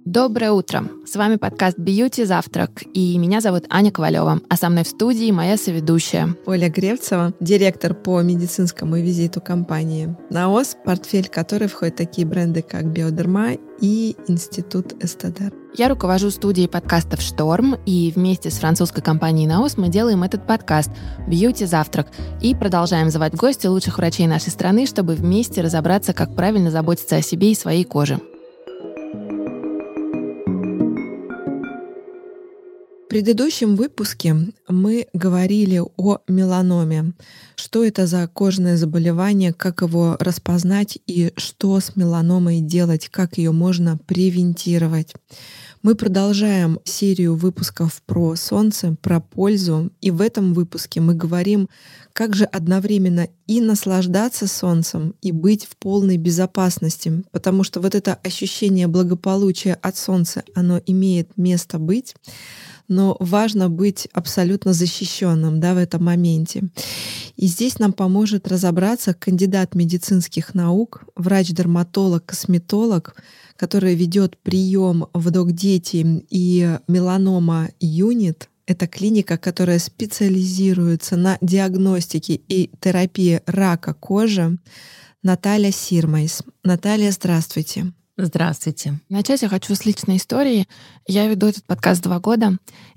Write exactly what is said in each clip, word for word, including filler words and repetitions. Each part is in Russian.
Доброе утро! С вами подкаст «Бьюти Завтрак», и меня зовут Аня Ковалева, а со мной в студии моя соведущая Оля Гревцева, директор по медицинскому визиту компании «Наос», в портфель которой входят такие бренды, как «Биодерма» и Институт Эстедер. Я руковожу студией подкастов «Шторм», и вместе с французской компанией «Наос» мы делаем этот подкаст «Бьюти Завтрак» и продолжаем звать в гости лучших врачей нашей страны, чтобы вместе разобраться, как правильно заботиться о себе и своей коже. В предыдущем выпуске мы говорили о меланоме. Что это за кожное заболевание, как его распознать и что с меланомой делать, как ее можно превентировать. Мы продолжаем серию выпусков про солнце, про пользу. И в этом выпуске мы говорим, как же одновременно и наслаждаться солнцем, и быть в полной безопасности. Потому что вот это ощущение благополучия от солнца, оно имеет место быть. Но важно быть абсолютно защищенным, да, в этом моменте. И здесь нам поможет разобраться кандидат медицинских наук, врач-дерматолог, косметолог, который ведет прием в Док-Дети и Меланома Юнит. Это клиника, которая специализируется на диагностике и терапии рака кожи. Наталья Сирмайс. Наталья, здравствуйте. Здравствуйте. Начать я хочу с личной истории. Я веду этот подкаст два года,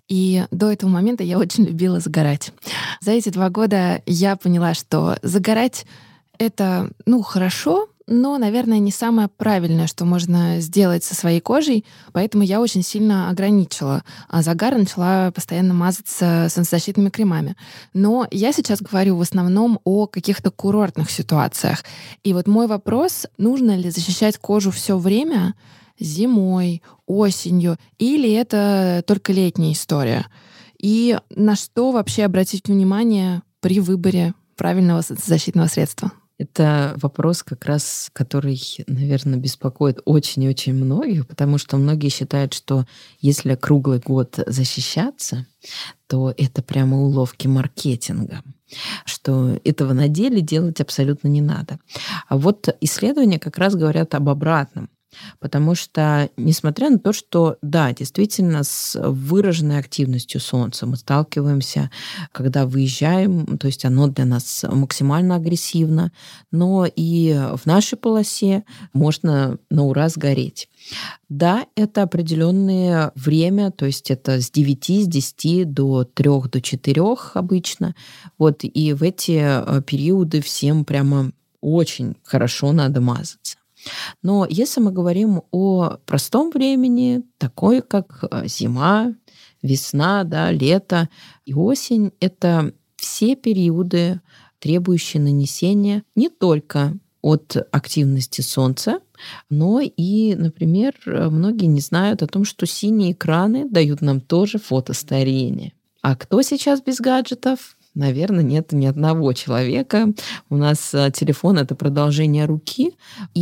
и до этого момента я очень любила загорать. За эти два года я поняла, что загорать — это, ну, хорошо, но, наверное, не самое правильное, что можно сделать со своей кожей, поэтому я очень сильно ограничила загар, начала постоянно мазаться солнцезащитными кремами. Но я сейчас говорю в основном о каких-то курортных ситуациях. И вот мой вопрос: нужно ли защищать кожу все время, зимой, осенью, или это только летняя история? И на что вообще обратить внимание при выборе правильного солнцезащитного средства? Это вопрос, как раз, который, наверное, беспокоит очень и очень многих, потому что многие считают, что если круглый год защищаться, то это прямо уловки маркетинга, что этого на деле делать абсолютно не надо. А вот исследования как раз говорят об обратном. Потому что, несмотря на то, что, да, действительно, с выраженной активностью солнца мы сталкиваемся, когда выезжаем, то есть оно для нас максимально агрессивно, но и в нашей полосе можно на ура сгореть. Да, это определенное время, то есть это с девяти, с десяти до трёх, до четырёх обычно. Вот, и в эти периоды всем прямо очень хорошо надо мазаться. Но если мы говорим о простом времени, такой как зима, весна, да, лето и осень, это все периоды, требующие нанесения не только от активности солнца, но и, например, многие не знают о том, что синие экраны дают нам тоже фотостарение. А кто сейчас без гаджетов? Наверное, нет ни одного человека. У нас телефон — это продолжение руки.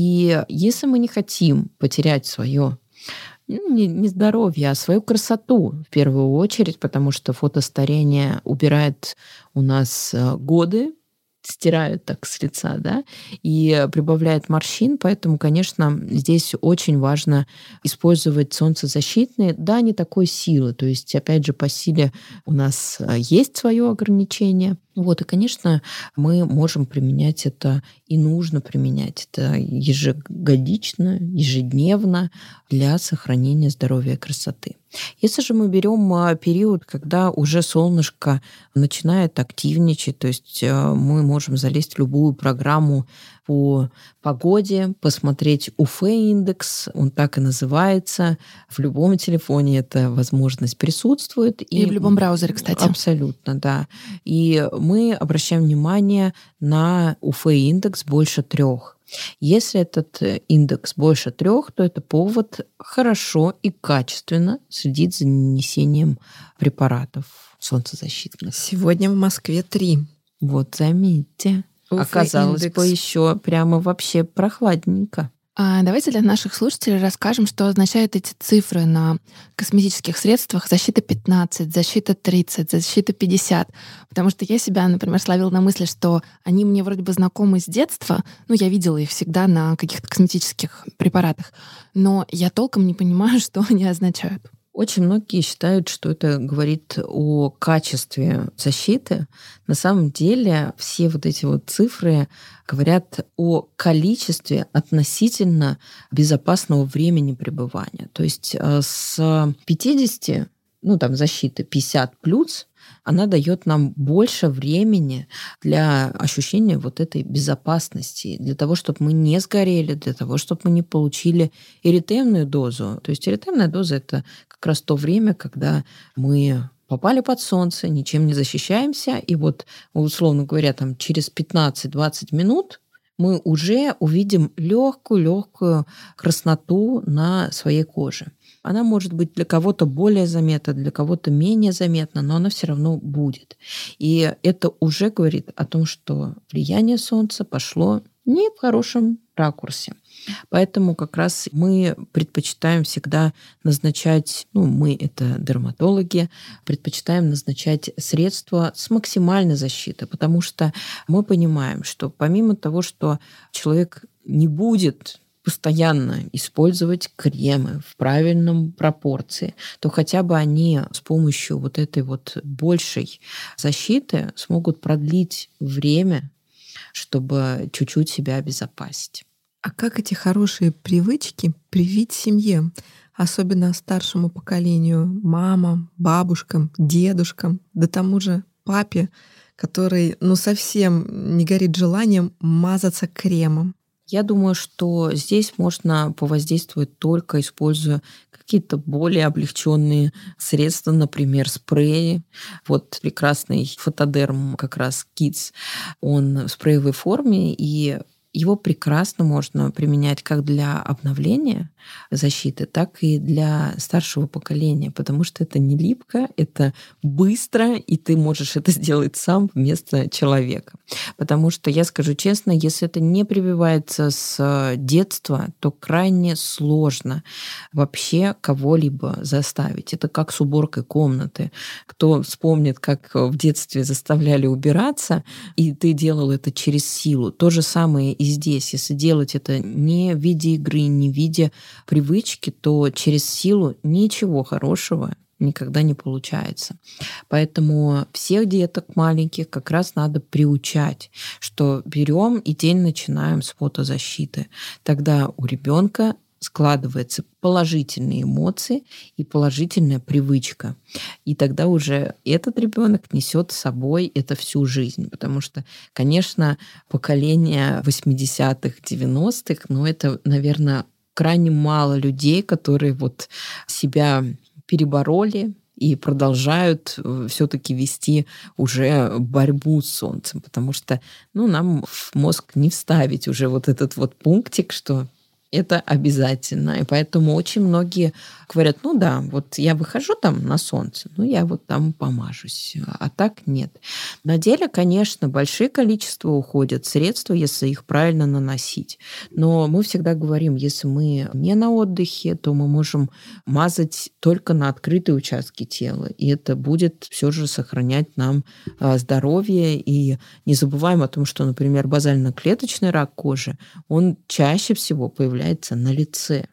И если мы не хотим потерять свое ну, не, не здоровье, а свою красоту в первую очередь, потому что фотостарение убирает у нас годы, стирают так с лица, да, и прибавляет морщин, поэтому, конечно, здесь очень важно использовать солнцезащитные, да, не такой силы, то есть, опять же, по силе у нас есть свое ограничение, вот, и, конечно, мы можем применять это и нужно применять это ежегодично, ежедневно для сохранения здоровья и красоты. Если же мы берем период, когда уже солнышко начинает активничать, то есть мы можем залезть в любую программу по погоде, посмотреть ю эф индекс, он так и называется. В любом телефоне эта возможность присутствует. И, и в любом браузере, кстати. Абсолютно, да. И мы обращаем внимание на ю эф индекс больше трех. Если этот индекс больше трех, то это повод хорошо и качественно следить за нанесением препаратов солнцезащитных. Сегодня в Москве три. Вот, заметьте. Оказалось бы, еще прямо вообще прохладненько. А давайте для наших слушателей расскажем, что означают эти цифры на косметических средствах: защита пятнадцать, защита тридцать, защита пятьдесят. Потому что я себя, например, словила на мысли, что они мне вроде бы знакомы с детства, ну, я видела их всегда на каких-то косметических препаратах, но я толком не понимаю, что они означают. Очень многие считают, что это говорит о качестве защиты. На самом деле все вот эти вот цифры говорят о количестве относительно безопасного времени пребывания. То есть с пятидесяти, ну там защиты пятьдесят плюс, она дает нам больше времени для ощущения вот этой безопасности, для того, чтобы мы не сгорели, для того, чтобы мы не получили эритемную дозу. То есть эритемная доза — это как раз то время, когда мы попали под солнце, ничем не защищаемся, и вот, условно говоря, там, через пятнадцать-двадцать минут мы уже увидим легкую-легкую красноту на своей коже. Она может быть для кого-то более заметна, для кого-то менее заметна, но она все равно будет. И это уже говорит о том, что влияние солнца пошло не в хорошем ракурсе. Поэтому как раз мы предпочитаем всегда назначать, ну, мы — это дерматологи, предпочитаем назначать средства с максимальной защитой, потому что мы понимаем, что помимо того, что человек не будет постоянно использовать кремы в правильном пропорции, то хотя бы они с помощью вот этой вот большей защиты смогут продлить время, чтобы чуть-чуть себя обезопасить. А как эти хорошие привычки привить семье, особенно старшему поколению, мамам, бабушкам, дедушкам, да тому же папе, который ну совсем не горит желанием мазаться кремом? Я думаю, что здесь можно повоздействовать только используя какие-то более облегченные средства, например, спреи. Вот прекрасный Фотодерм как раз Kids, он в спреевой форме, и его прекрасно можно применять как для обновления защиты, так и для старшего поколения, потому что это не липко, это быстро, и ты можешь это сделать сам вместо человека. Потому что, я скажу честно, если это не прививается с детства, то крайне сложно вообще кого-либо заставить. Это как с уборкой комнаты. Кто вспомнит, как в детстве заставляли убираться, и ты делал это через силу. То же самое и здесь. Если делать это не в виде игры, не в виде привычки, то через силу ничего хорошего никогда не получается. Поэтому всех деток маленьких как раз надо приучать, что берем и день начинаем с фотозащиты. Тогда у ребенка складываются положительные эмоции и положительная привычка. И тогда уже этот ребенок несет с собой это всю жизнь. Потому что, конечно, поколение восьмидесятых, девяностых, ну, это, наверное, крайне мало людей, которые вот себя перебороли и продолжают все-таки вести уже борьбу с солнцем. Потому что ну, нам в мозг не вставить уже вот этот вот пунктик, что это обязательно. И поэтому очень многие говорят, ну да, вот я выхожу там на солнце, ну я вот там помажусь, а так нет. На деле, конечно, большие количества уходят средств, если их правильно наносить. Но мы всегда говорим, если мы не на отдыхе, то мы можем мазать только на открытые участки тела. И это будет все же сохранять нам здоровье. И не забываем о том, что, например, базально-клеточный рак кожи, он чаще всего появляется на лице.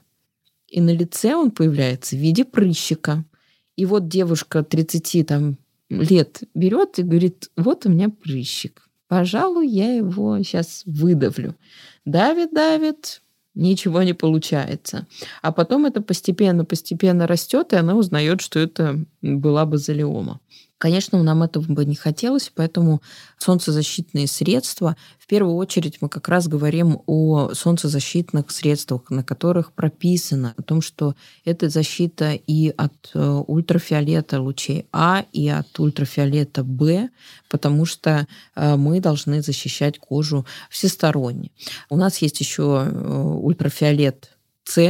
И на лице он появляется в виде прыщика. И вот девушка тридцати там, лет берет и говорит, вот у меня прыщик. Пожалуй, я его сейчас выдавлю. Давит, давит, ничего не получается. А потом это постепенно-постепенно растет, и она узнает, что это была базалиома. Конечно, нам этого бы не хотелось, поэтому солнцезащитные средства, в первую очередь мы как раз говорим о солнцезащитных средствах, на которых прописано о том, что это защита и от ультрафиолета лучей А, и от ультрафиолета Б, потому что мы должны защищать кожу всесторонне. У нас есть еще ультрафиолет С,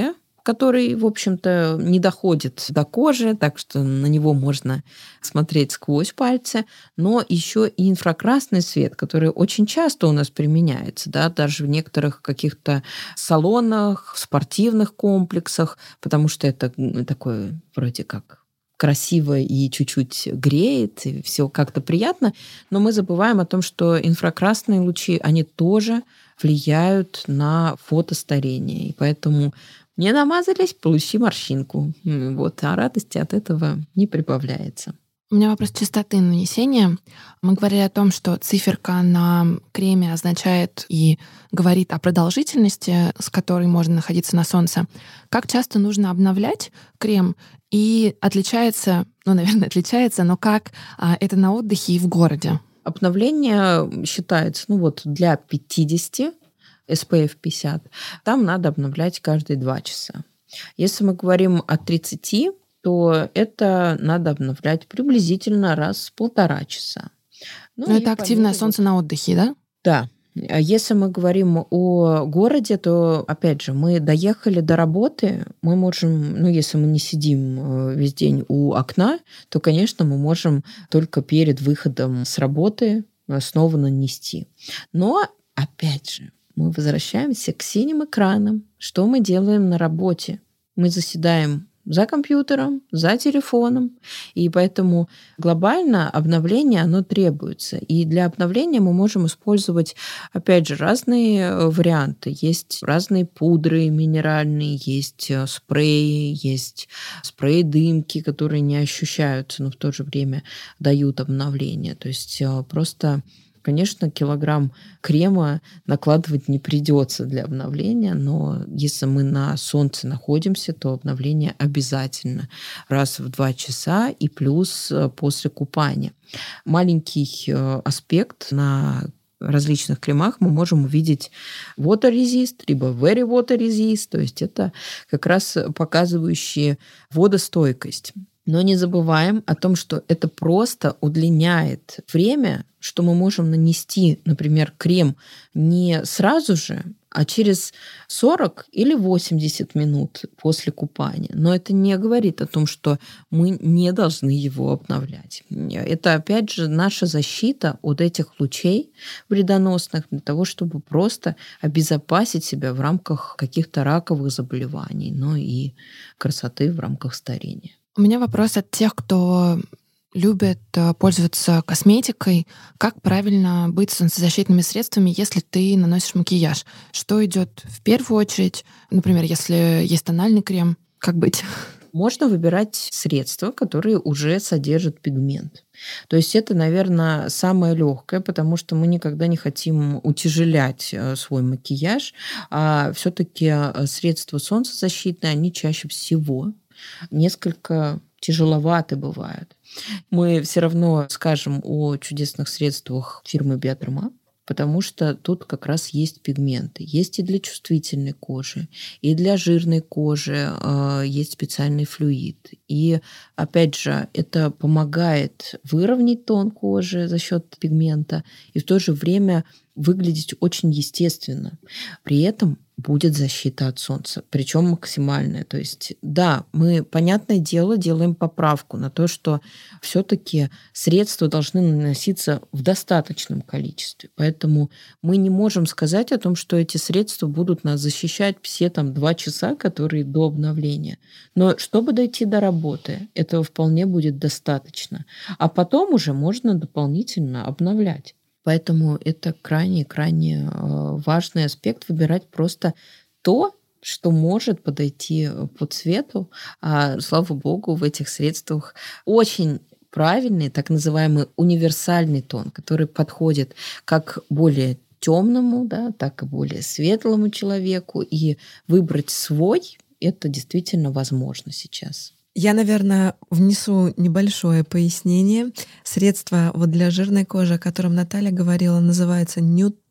который, в общем-то, не доходит до кожи, так что на него можно смотреть сквозь пальцы, но еще и инфракрасный свет, который очень часто у нас применяется, да, даже в некоторых каких-то салонах, спортивных комплексах, потому что это такой вроде как красиво и чуть-чуть греет, и все как-то приятно, но мы забываем о том, что инфракрасные лучи, они тоже влияют на фотостарение, и поэтому не намазались, получи морщинку. Вот, а радости от этого не прибавляется. У меня вопрос частоты нанесения. Мы говорили о том, что циферка на креме означает и говорит о продолжительности, с которой можно находиться на солнце. Как часто нужно обновлять крем? И отличается, ну, наверное, отличается, но как а, это на отдыхе и в городе? Обновление считается, ну вот для пятидесяти, эс пи эф пятьдесят, там надо обновлять каждые два часа. Если мы говорим о тридцати, то это надо обновлять приблизительно раз в полтора часа. Ну, Но это активное солнце на отдыхе, да? Да. А если мы говорим о городе, то, опять же, мы доехали до работы, мы можем, ну, если мы не сидим весь день у окна, то, конечно, мы можем только перед выходом с работы снова нанести. Но, опять же, мы возвращаемся к синим экранам. Что мы делаем на работе? Мы заседаем за компьютером, за телефоном. И поэтому глобально обновление, оно требуется. И для обновления мы можем использовать, опять же, разные варианты. Есть разные пудры минеральные, есть спреи, есть спреи-дымки, которые не ощущаются, но в то же время дают обновление. То есть просто... Конечно, килограмм крема накладывать не придется для обновления, но если мы на солнце находимся, то обновление обязательно раз в два часа и плюс после купания. Маленький аспект на различных кремах мы можем увидеть water resist, либо very water resist, то есть это как раз показывающие водостойкость. Но не забываем о том, что это просто удлиняет время, что мы можем нанести, например, крем не сразу же, а через сорок или восемьдесят минут после купания. Но это не говорит о том, что мы не должны его обновлять. Это, опять же, наша защита от этих лучей вредоносных для того, чтобы просто обезопасить себя в рамках каких-то раковых заболеваний, но и красоты в рамках старения. У меня вопрос от тех, кто любит пользоваться косметикой. Как правильно быть с солнцезащитными средствами, если ты наносишь макияж? Что идет в первую очередь? Например, если есть тональный крем, как быть? Можно выбирать средства, которые уже содержат пигмент. То есть это, наверное, самое легкое, потому что мы никогда не хотим утяжелять свой макияж, а все-таки средства солнцезащитные, они чаще всего несколько тяжеловаты бывают. Мы все равно скажем о чудесных средствах фирмы Биодерма, потому что тут как раз есть пигменты. Есть и для чувствительной кожи, и для жирной кожи э, есть специальный флюид. И, опять же, это помогает выровнять тон кожи за счет пигмента и в то же время выглядеть очень естественно. При этом будет защита от солнца, причем максимальная. То есть, да, мы, понятное дело, делаем поправку на то, что все-таки средства должны наноситься в достаточном количестве. Поэтому мы не можем сказать о том, что эти средства будут нас защищать все там два часа, которые до обновления. Но чтобы дойти до работы, этого вполне будет достаточно. А потом уже можно дополнительно обновлять. Поэтому это крайне-крайне важный аспект — выбирать просто то, что может подойти по цвету. А, слава богу, в этих средствах очень правильный, так называемый универсальный тон, который подходит как более темному, да, так и более светлому человеку. И выбрать свой — это действительно возможно сейчас. Я, наверное, внесу небольшое пояснение. Средство вот для жирной кожи, о котором Наталья говорила, называется Nude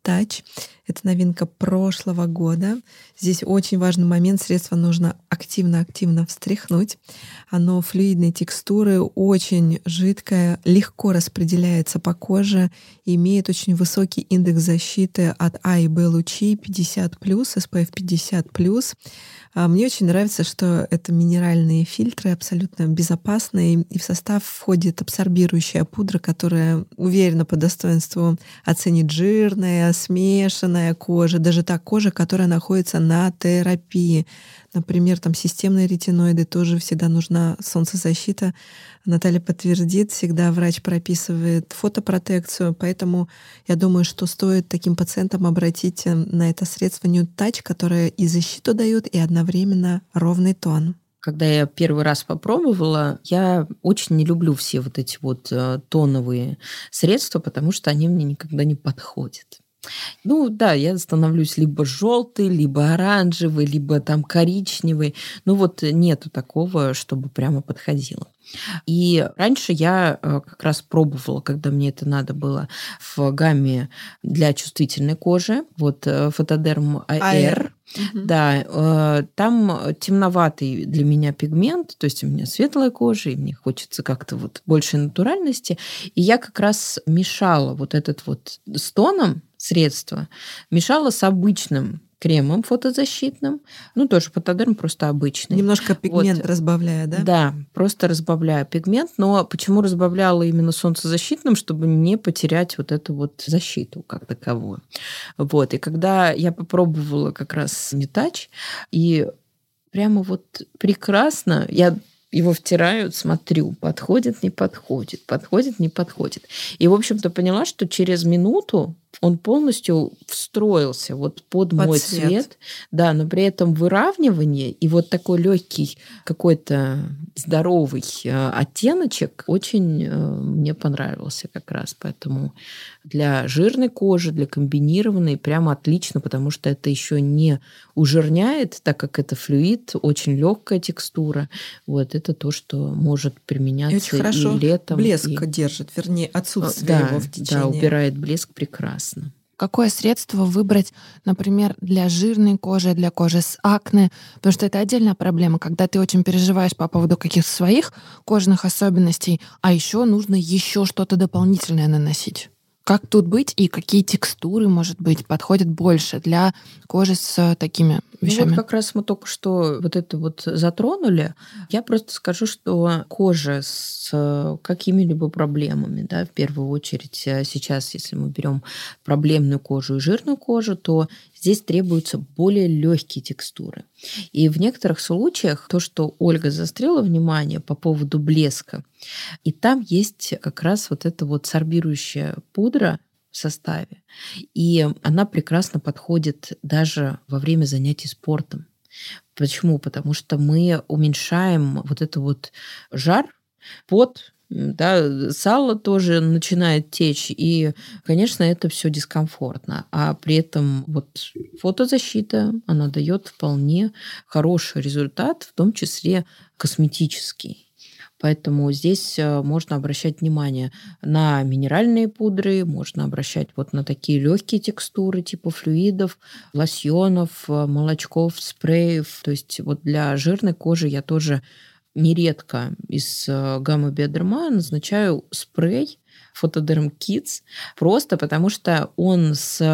Touch. Это новинка прошлого года. Здесь очень важный момент. Средство нужно активно-активно встряхнуть. Оно флюидной текстуры, очень жидкое, легко распределяется по коже, имеет очень высокий индекс защиты от А и Б лучей пятьдесят плюс, эс пэ эф пятьдесят плюс. Мне очень нравится, что это минеральные фильтры, абсолютно безопасные, и в состав входит абсорбирующая пудра, которая уверенно по достоинству оценит жирная, смешанная кожа, даже та кожа, которая находится на терапии. Например, там системные ретиноиды, тоже всегда нужна солнцезащита. Наталья подтвердит, всегда врач прописывает фотопротекцию, поэтому я думаю, что стоит таким пациентам обратить на это средство Nude Touch, которое и защиту дает, и одновременно ровный тон. Когда я первый раз попробовала, я очень не люблю все вот эти вот тоновые средства, потому что они мне никогда не подходят. Ну да, я становлюсь либо желтый, либо оранжевый, либо там коричневый. Ну вот нету такого, чтобы прямо подходило. И раньше я как раз пробовала, когда мне это надо было, в гамме для чувствительной кожи, вот Photoderm Air. Угу. Да, там темноватый для меня пигмент, то есть у меня светлая кожа, и мне хочется как-то вот больше натуральности. И я как раз мешала вот этот вот с тоном средство, мешала с обычным кремом фотозащитным, ну тоже Photoderm просто обычный. Немножко пигмент вот. Разбавляя, да? Да, просто разбавляя пигмент, но почему разбавляла именно солнцезащитным, чтобы не потерять вот эту вот защиту как таковую. Вот, и когда я попробовала как раз Nude Touch, и прямо вот прекрасно, я его втираю, смотрю, подходит, не подходит, подходит, не подходит. И, в общем-то, поняла, что через минуту он полностью встроился вот под, под мой цвет. цвет. Да, но при этом выравнивание и вот такой легкий какой-то здоровый оттеночек очень мне понравился как раз. Поэтому для жирной кожи, для комбинированной прямо отлично, потому что это еще не ужирняет, так как это флюид, очень легкая текстура. Вот это то, что может применяться и, очень хорошо и летом. Блеск и... держит, вернее, отсутствие да, его в течение. Да, убирает блеск прекрасно. Какое средство выбрать, например, для жирной кожи, для кожи с акне? Потому что это отдельная проблема, когда ты очень переживаешь по поводу каких-то своих кожных особенностей, а еще нужно еще что-то дополнительное наносить. Как тут быть и какие текстуры, может быть, подходят больше для кожи с такими вещами? Ну вот как раз мы только что вот это вот затронули. Я просто скажу, что кожа с какими-либо проблемами, да, в первую очередь сейчас, если мы берем проблемную кожу и жирную кожу, то здесь требуются более легкие текстуры. И в некоторых случаях то, что Ольга заострила внимание по поводу блеска, и там есть как раз вот эта вот сорбирующая пудра в составе, и она прекрасно подходит даже во время занятий спортом. Почему? Потому что мы уменьшаем вот это вот жар, пот, да, сало тоже начинает течь, и, конечно, это все дискомфортно. А при этом вот фотозащита, она дает вполне хороший результат, в том числе косметический. Поэтому здесь можно обращать внимание на минеральные пудры, можно обращать вот на такие легкие текстуры типа флюидов, лосьонов, молочков, спреев. То есть вот для жирной кожи я тоже нередко из гаммы Биодерма назначаю спрей Photoderm Kids, просто потому что он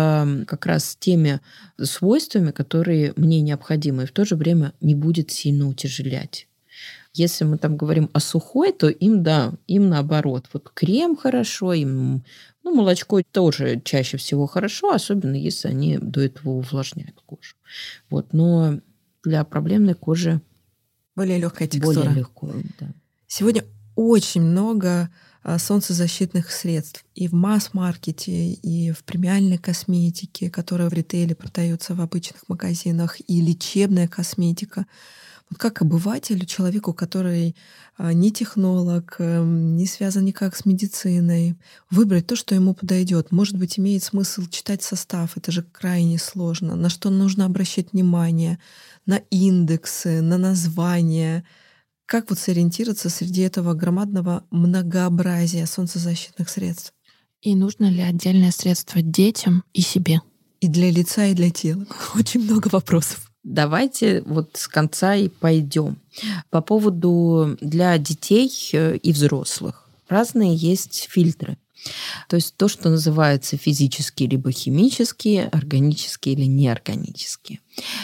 с как раз теми свойствами, которые мне необходимы, и в то же время не будет сильно утяжелять. Если мы там говорим о сухой, то им, да, им наоборот. Вот крем хорошо, им, ну, молочко тоже чаще всего хорошо, особенно если они до этого увлажняют кожу. Вот, но для проблемной кожи более легкая текстура. Более легкую, да. Сегодня очень много солнцезащитных средств и в масс-маркете, и в премиальной косметике, которая в ритейле продается в обычных магазинах, и лечебная косметика. Вот как обывателю, человеку, который не технолог, не связан никак с медициной, выбрать то, что ему подойдет. Может быть, имеет смысл читать состав, это же крайне сложно. На что нужно обращать внимание, на индексы, на названия. Как вот сориентироваться среди этого громадного многообразия солнцезащитных средств? И нужно ли отдельное средство детям и себе? И для лица, и для тела. Очень много вопросов. Давайте вот с конца и пойдем. По поводу для детей и взрослых. Разные есть фильтры. То есть то, что называется физические либо химические, органические или неорганические.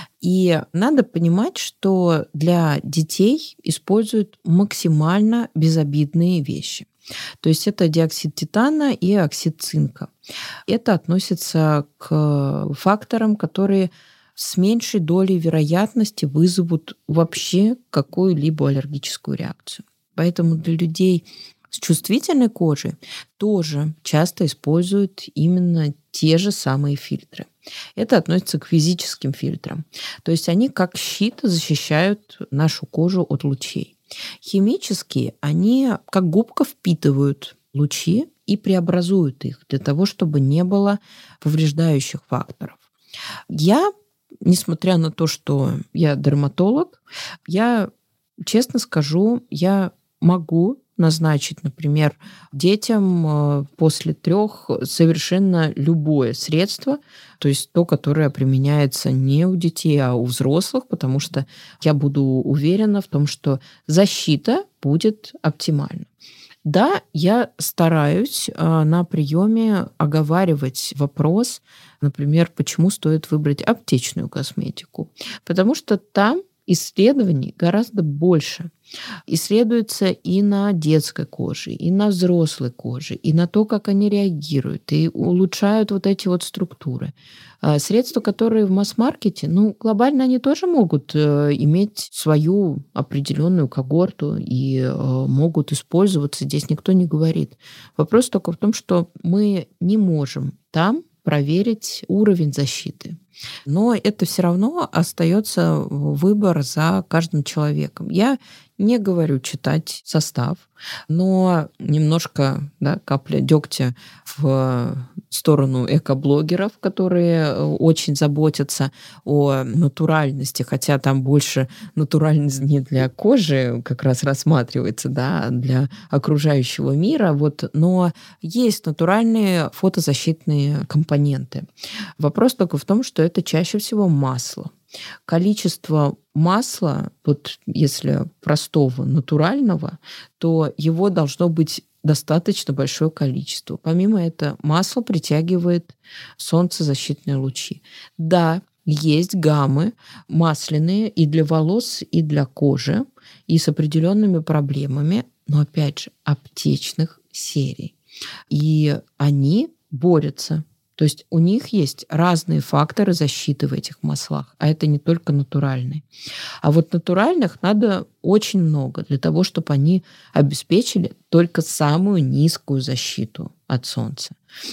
И надо понимать, что для детей используют максимально безобидные вещи. То есть это диоксид титана и оксид цинка. Это относится к факторам, которые с меньшей долей вероятности вызовут вообще какую-либо аллергическую реакцию. Поэтому для людей с чувствительной кожей тоже часто используют именно те же самые фильтры. Это относится к физическим фильтрам. То есть они как щит защищают нашу кожу от лучей. Химические, они как губка впитывают лучи и преобразуют их для того, чтобы не было повреждающих факторов. Я, несмотря на то, что я дерматолог, я, честно скажу, я могу назначить, например, детям после трех совершенно любое средство, то есть то, которое применяется не у детей, а у взрослых, потому что я буду уверена в том, что защита будет оптимальна. Да, я стараюсь на приеме оговаривать вопрос, например, почему стоит выбрать аптечную косметику, потому что там исследований гораздо больше. Исследуется и на детской коже, и на взрослой коже, и на то, как они реагируют, и улучшают вот эти вот структуры. Средства, которые в масс-маркете, ну, глобально они тоже могут иметь свою определенную когорту и могут использоваться. Здесь никто не говорит. Вопрос только в том, что мы не можем там проверить уровень защиты. Но это все равно остается выбор за каждым человеком. Я не говорю читать состав, но немножко, да, капля дегтя в сторону экоблогеров, которые очень заботятся о натуральности, хотя там больше натуральность не для кожи как раз рассматривается, да, а для окружающего мира. Вот, но есть натуральные фотозащитные компоненты. Вопрос только в том, что это чаще всего масло. Количество масла, вот если простого, натурального, то его должно быть достаточно большое количество. Помимо этого, масло притягивает солнцезащитные лучи. Да, есть гаммы масляные и для волос, и для кожи, и с определенными проблемами, но, опять же, аптечных серий. И они борются. То есть у них есть разные факторы защиты в этих маслах, а это не только натуральные. А вот натуральных надо очень много для того, чтобы они обеспечили только самую низкую защиту от солнца.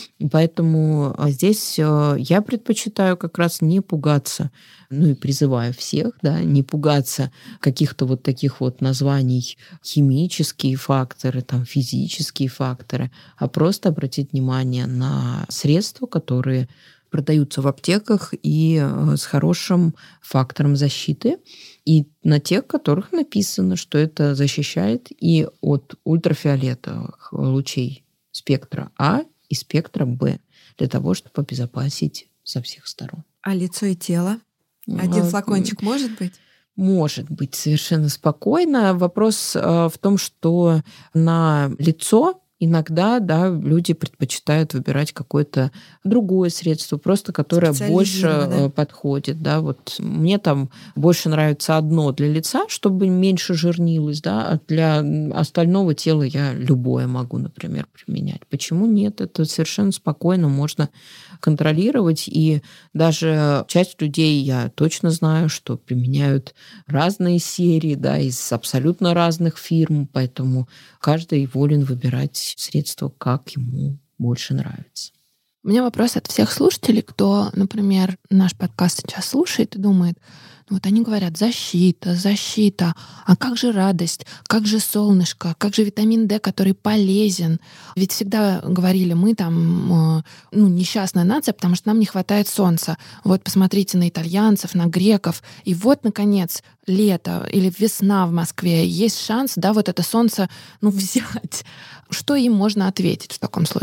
Поэтому здесь я предпочитаю как раз не пугаться, ну и призываю всех, да, не пугаться каких-то вот таких вот названий химические факторы, там, физические факторы, а просто обратить внимание на средства, которые продаются в аптеках и с хорошим фактором защиты, и на тех, которых написано, что это защищает и от ультрафиолетовых лучей спектра А и спектра Б, для того, чтобы обезопасить со всех сторон. А лицо и тело? Один А, флакончик может быть? Может быть, совершенно спокойно. Вопрос в том, что на лицо иногда, да, люди предпочитают выбирать какое-то другое средство, просто которое больше подходит. Да. Вот мне там больше нравится одно для лица, чтобы меньше жирнилось, да, а для остального тела я любое могу, например, применять. Почему нет? Это совершенно спокойно можно контролировать. И даже часть людей, я точно знаю, что применяют разные серии, да, из абсолютно разных фирм, поэтому каждый волен выбирать средства, как ему больше нравится. У меня вопрос от всех слушателей, кто, например, наш подкаст сейчас слушает и думает, ну вот они говорят, защита, защита, а как же радость, как же солнышко, как же витамин D, который полезен. Ведь всегда говорили, мы там ну, несчастная нация, потому что нам не хватает солнца. Вот посмотрите на итальянцев, на греков. И вот, наконец, лето или весна в Москве. Есть шанс, да, вот это солнце, ну, взять. Что им можно ответить в таком случае?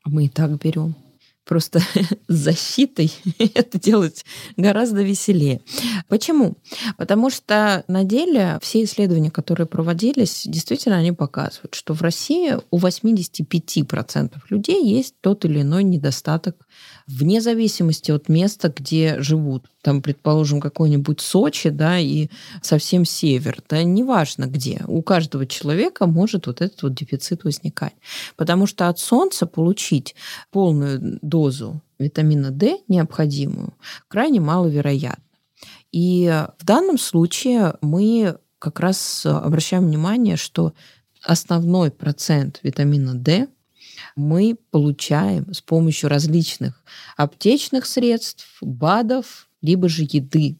Мы и так берем. Просто с защитой это делать гораздо веселее. Почему? Потому что на деле все исследования, которые проводились, действительно они показывают, что в России у восемьдесят пять процентов людей есть тот или иной недостаток вне зависимости от места, где живут. Там, предположим, какой-нибудь Сочи, да, и совсем север, да, неважно где. У каждого человека может вот этот вот дефицит возникать. Потому что от солнца получить полную дозу витамина D необходимую крайне маловероятно. И в данном случае мы как раз обращаем внимание, что основной процент витамина D мы получаем с помощью различных аптечных средств, БАДов, либо же еды.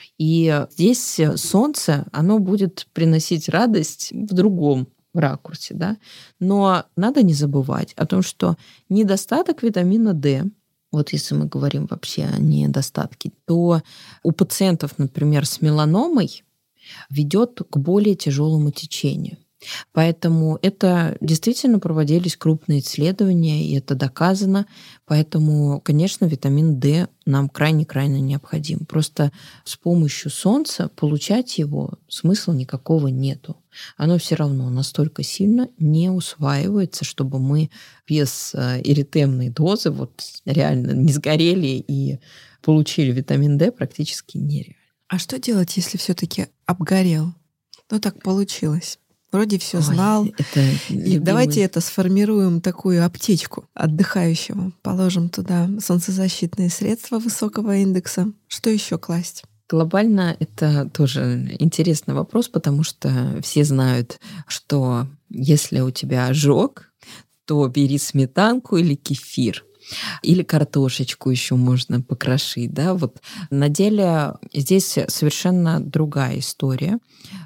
И здесь солнце, оно будет приносить радость в другом ракурсе. Да? Но надо не забывать о том, что недостаток витамина D, вот если мы говорим вообще о недостатке, то у пациентов, например, с меланомой ведет к более тяжелому течению. Поэтому это действительно проводились крупные исследования, и это доказано. Поэтому, конечно, витамин D нам крайне-крайне необходим. Просто с помощью солнца получать его смысла никакого нету. Оно все равно настолько сильно не усваивается, чтобы мы без эритемной дозы вот реально не сгорели и получили витамин D практически нереально. А что делать, если все-таки обгорел? Ну так получилось. Вроде все знал. Ой, это и давайте это сформируем такую аптечку отдыхающего. Положим туда солнцезащитные средства высокого индекса. Что еще класть? Глобально это тоже интересный вопрос, потому что все знают, что если у тебя ожог, то бери сметанку или кефир. Или картошечку еще можно покрошить. Да? Вот на деле здесь совершенно другая история.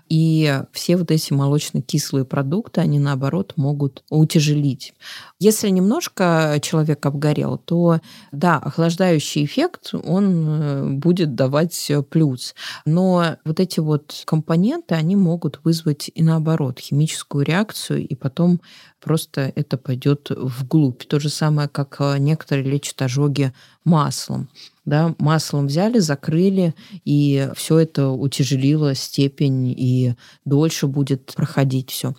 И все вот эти молочно-кислые продукты, они, наоборот, могут утяжелить. Если немножко человек обгорел, то, да, охлаждающий эффект, он будет давать плюс. Но вот эти вот компоненты, они могут вызвать и наоборот химическую реакцию, и потом просто это пойдет вглубь. То же самое, как некоторые лечат ожоги маслом. Да, маслом взяли, закрыли, и все это утяжелило степень, и дольше будет проходить все.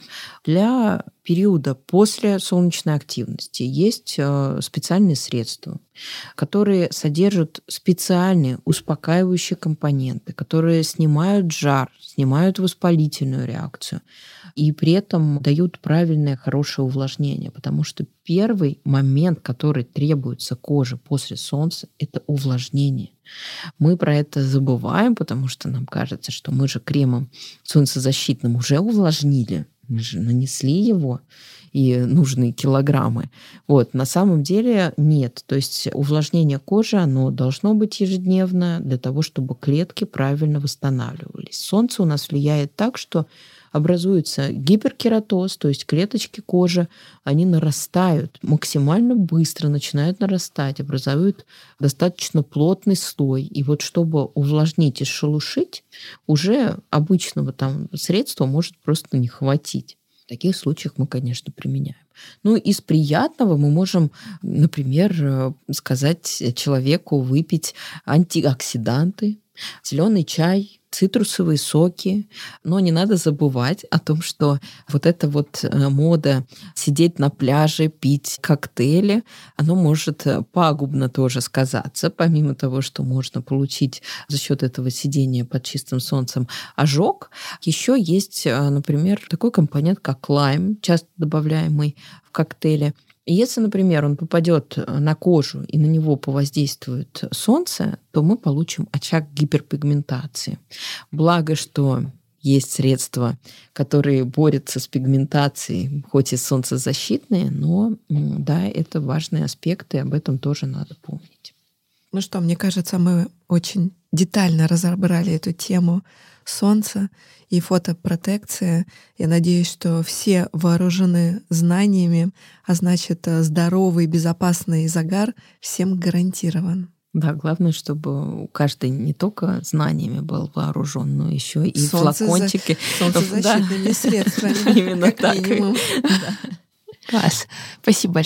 Для периода после солнечной активности есть специальные средства, которые содержат специальные успокаивающие компоненты, которые снимают жар, снимают воспалительную реакцию, и при этом дают правильное, хорошее увлажнение, потому что первый момент, который требуется коже после солнца, это увлажнение. Мы про это забываем, потому что нам кажется, что мы же кремом солнцезащитным уже увлажнили, мы же нанесли его и нужные килограммы. Вот. На самом деле нет. То есть увлажнение кожи, оно должно быть ежедневно для того, чтобы клетки правильно восстанавливались. Солнце у нас влияет так, что образуется гиперкератоз, то есть клеточки кожи, они нарастают максимально быстро, начинают нарастать, образуют достаточно плотный слой. И вот чтобы увлажнить и шелушить, уже обычного там средства может просто не хватить. В таких случаях мы, конечно, применяем. Ну, из приятного мы можем, например, сказать человеку выпить антиоксиданты, зеленый чай, цитрусовые соки. Но не надо забывать о том, что вот эта вот мода сидеть на пляже, пить коктейли, оно может пагубно тоже сказаться, помимо того, что можно получить за счет этого сидения под чистым солнцем ожог. Еще есть, например, такой компонент, как лайм, часто добавляемый в коктейли. И если, например, он попадет на кожу и на него повоздействует солнце, то мы получим очаг гиперпигментации. Благо, что есть средства, которые борются с пигментацией, хоть и солнцезащитные, но да, это важные аспекты, об этом тоже надо помнить. Ну что, мне кажется, мы очень детально разобрали эту тему солнца и фотопротекции. Я надеюсь, что все вооружены знаниями, а значит, здоровый, безопасный загар всем гарантирован. Да, главное, чтобы у каждой не только знаниями был вооружен, но еще и Солнце флакончики. За... Солнцезащитными средствами. Именно так. Класс. Спасибо большое.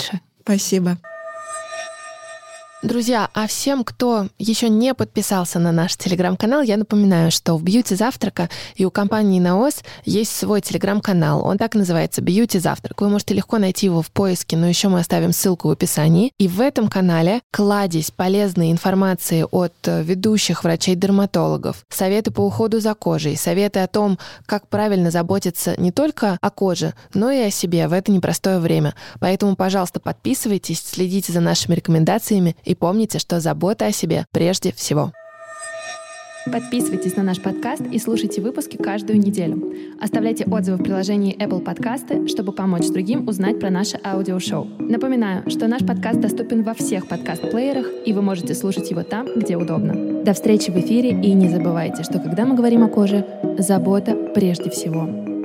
Спасибо. Друзья, а всем, кто еще не подписался на наш телеграм-канал, я напоминаю, что в Бьюти Завтрака и у компании Наос есть свой телеграм-канал. Он так и называется Бьюти Завтрак. Вы можете легко найти его в поиске, но еще мы оставим ссылку в описании. И в этом канале кладезь полезной информации от ведущих врачей-дерматологов, советы по уходу за кожей, советы о том, как правильно заботиться не только о коже, но и о себе в это непростое время. Поэтому, пожалуйста, подписывайтесь, следите за нашими рекомендациями и помните, что забота о себе прежде всего. Подписывайтесь на наш подкаст и слушайте выпуски каждую неделю. Оставляйте отзывы в приложении Apple Podcasts, чтобы помочь другим узнать про наше аудиошоу. Напоминаю, что наш подкаст доступен во всех подкаст-плеерах, и вы можете слушать его там, где удобно. До встречи в эфире, и не забывайте, что когда мы говорим о коже, забота прежде всего.